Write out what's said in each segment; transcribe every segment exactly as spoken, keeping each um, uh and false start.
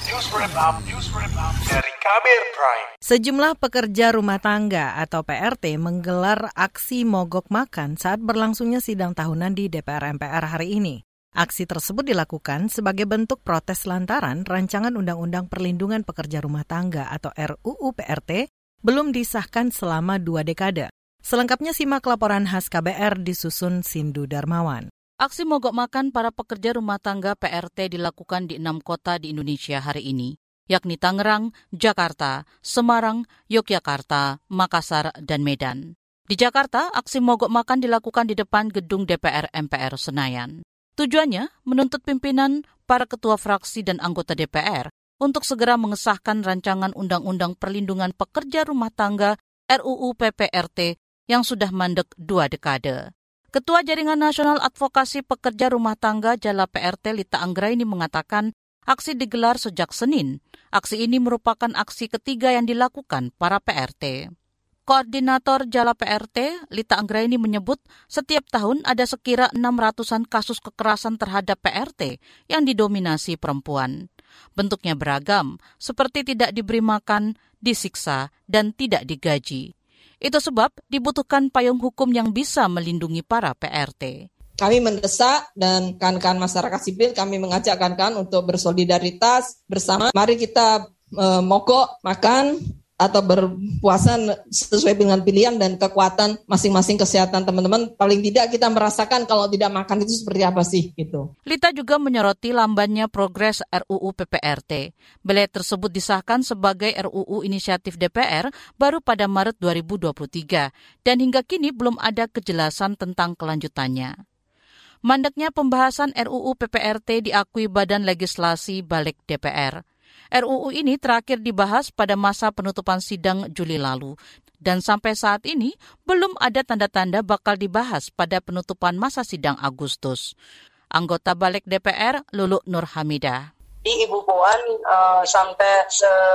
News Wrap Up, News Wrap Up dari Kabar Prime. Sejumlah pekerja rumah tangga atau P R T menggelar aksi mogok makan saat berlangsungnya sidang tahunan di D P R M P R hari ini. Aksi tersebut dilakukan sebagai bentuk protes lantaran rancangan Undang-Undang Perlindungan Pekerja Rumah Tangga atau R U U P R T belum disahkan selama dua dekade. Selengkapnya simak laporan khas K B R disusun Sindu Darmawan. Aksi mogok makan para pekerja rumah tangga P R T dilakukan di enam kota di Indonesia hari ini, yakni Tangerang, Jakarta, Semarang, Yogyakarta, Makassar, dan Medan. Di Jakarta, aksi mogok makan dilakukan di depan gedung D P R M P R Senayan. Tujuannya menuntut pimpinan, para ketua fraksi dan anggota D P R untuk segera mengesahkan rancangan Undang-Undang Perlindungan Pekerja Rumah Tangga R U U P P R T yang sudah mandek dua dekade. Ketua Jaringan Nasional Advokasi Pekerja Rumah Tangga Jala P R T Lita Anggraini mengatakan aksi digelar sejak Senin. Aksi ini merupakan aksi ketiga yang dilakukan para P R T. Koordinator Jala P R T Lita Anggraini menyebut setiap tahun ada sekira enam ratusan kasus kekerasan terhadap P R T yang didominasi perempuan. Bentuknya beragam, seperti tidak diberi makan, disiksa, dan tidak digaji. Itu sebab dibutuhkan payung hukum yang bisa melindungi para P R T. Kami mendesak dan kawan-kawan masyarakat sipil kami mengajak kawan-kawan untuk bersolidaritas bersama. Mari kita e, mogok makan atau berpuasa sesuai dengan pilihan dan kekuatan masing-masing kesehatan teman-teman. Paling tidak kita merasakan kalau tidak makan itu seperti apa sih gitu. Lita juga menyoroti lambannya progres R U U P P R T. Bela tersebut disahkan sebagai R U U inisiatif D P R baru pada Maret dua ribu dua puluh tiga dan hingga kini belum ada kejelasan tentang kelanjutannya. Mandeknya pembahasan R U U P P R T diakui Badan Legislasi Balik D P R. R U U ini terakhir dibahas pada masa penutupan sidang Juli lalu dan sampai saat ini belum ada tanda-tanda bakal dibahas pada penutupan masa sidang Agustus. Anggota Balik D P R Lulu Nur Hamidah. Di Ibu Puan uh, sampai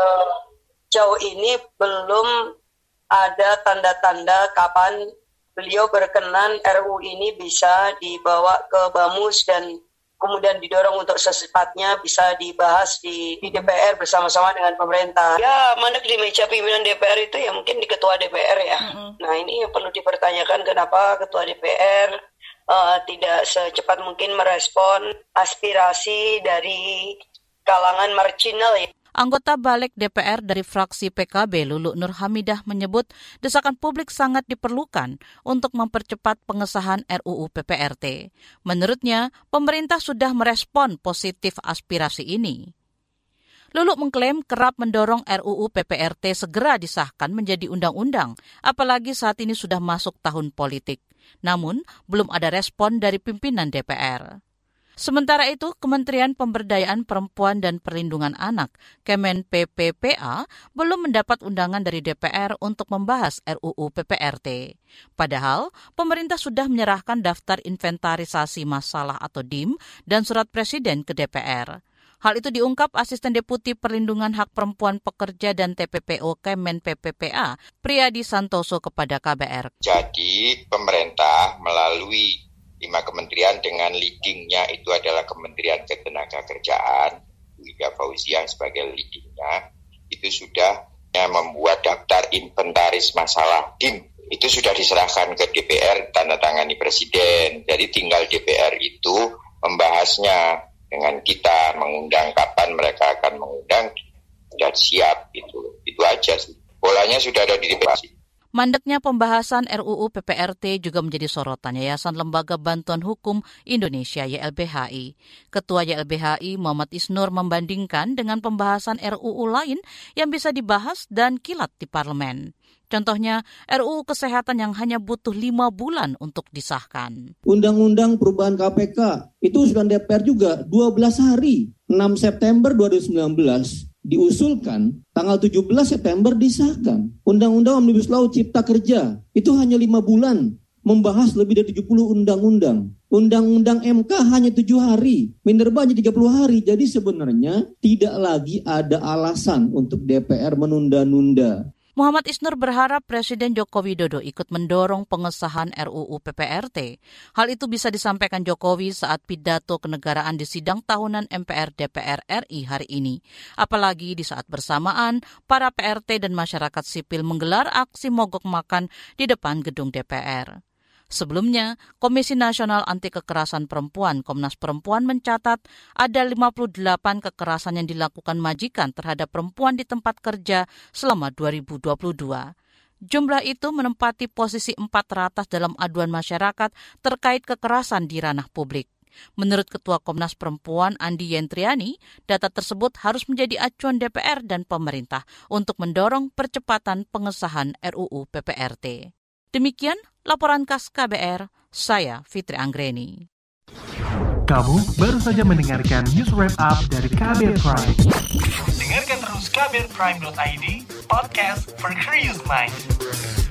sejauh ini belum ada tanda-tanda kapan beliau berkenan R U U ini bisa dibawa ke Bamus dan kemudian didorong untuk secepatnya bisa dibahas di, di D P R bersama-sama dengan pemerintah. Ya, mandek di meja pimpinan D P R itu ya mungkin di ketua D P R ya. Mm-hmm. Nah, ini yang perlu dipertanyakan kenapa ketua D P R uh, tidak secepat mungkin merespon aspirasi dari kalangan marginal ya. Anggota Balik D P R dari fraksi P K B Lulu Nur Hamidah menyebut desakan publik sangat diperlukan untuk mempercepat pengesahan R U U P P R T. Menurutnya, pemerintah sudah merespon positif aspirasi ini. Lulu mengklaim kerap mendorong R U U P P R T segera disahkan menjadi undang-undang, apalagi saat ini sudah masuk tahun politik. Namun, belum ada respon dari pimpinan D P R. Sementara itu, Kementerian Pemberdayaan Perempuan dan Perlindungan Anak, Kemen P P P A, belum mendapat undangan dari D P R untuk membahas R U U P P R T. Padahal, pemerintah sudah menyerahkan daftar inventarisasi masalah atau D I M dan surat presiden ke D P R. Hal itu diungkap Asisten Deputi Perlindungan Hak Perempuan Pekerja dan T P P O Kemen P P P A, Priyadi Santoso kepada K B R. Jadi, pemerintah melalui lima kementerian dengan leadingnya itu adalah Kementerian Ketenagakerjaan, Bu Ida Fauzia sebagai leadingnya, itu sudah membuat daftar inventaris masalah D I M. Itu sudah diserahkan ke D P R, tanda tangani Presiden. Jadi tinggal D P R itu membahasnya dengan kita, mengundang kapan mereka akan mengundang, dan siap gitu. Itu aja sih. Bolanya sudah ada di D P R. Mandeknya pembahasan R U U P P R T juga menjadi sorotan Yayasan Lembaga Bantuan Hukum Indonesia Y L B H I. Ketua Y L B H I Muhammad Isnur membandingkan dengan pembahasan R U U lain yang bisa dibahas dan kilat di parlemen. Contohnya R U U Kesehatan yang hanya butuh lima bulan untuk disahkan. Undang-Undang Perubahan K P K itu usulan D P R juga dua belas hari, enam September dua ribu sembilan belas. Diusulkan, tanggal tujuh belas September disahkan. Undang-Undang Omnibus Law Cipta Kerja, itu hanya lima bulan, membahas lebih dari tujuh puluh undang-undang. Undang-Undang M K hanya tujuh hari, Minerba hanya tiga puluh hari. Jadi sebenarnya tidak lagi ada alasan untuk D P R menunda-nunda. Muhammad Isnur berharap Presiden Joko Widodo ikut mendorong pengesahan R U U P P R T. Hal itu bisa disampaikan Jokowi saat pidato kenegaraan di sidang tahunan M P R D P R R I hari ini. Apalagi di saat bersamaan, para P R T dan masyarakat sipil menggelar aksi mogok makan di depan gedung D P R. Sebelumnya, Komisi Nasional Anti Kekerasan Perempuan Komnas Perempuan mencatat ada lima puluh delapan kekerasan yang dilakukan majikan terhadap perempuan di tempat kerja selama dua ribu dua puluh dua. Jumlah itu menempati posisi empat teratas dalam aduan masyarakat terkait kekerasan di ranah publik. Menurut Ketua Komnas Perempuan Andi Yentriani, data tersebut harus menjadi acuan D P R dan pemerintah untuk mendorong percepatan pengesahan R U U P P R T. Demikian laporan khas K B R, saya Fitri Anggreni. Kamu baru saja mendengarkan news wrap up dari K B R Prime. Dengarkan terus k b r prime dot i d, podcast for curious mind.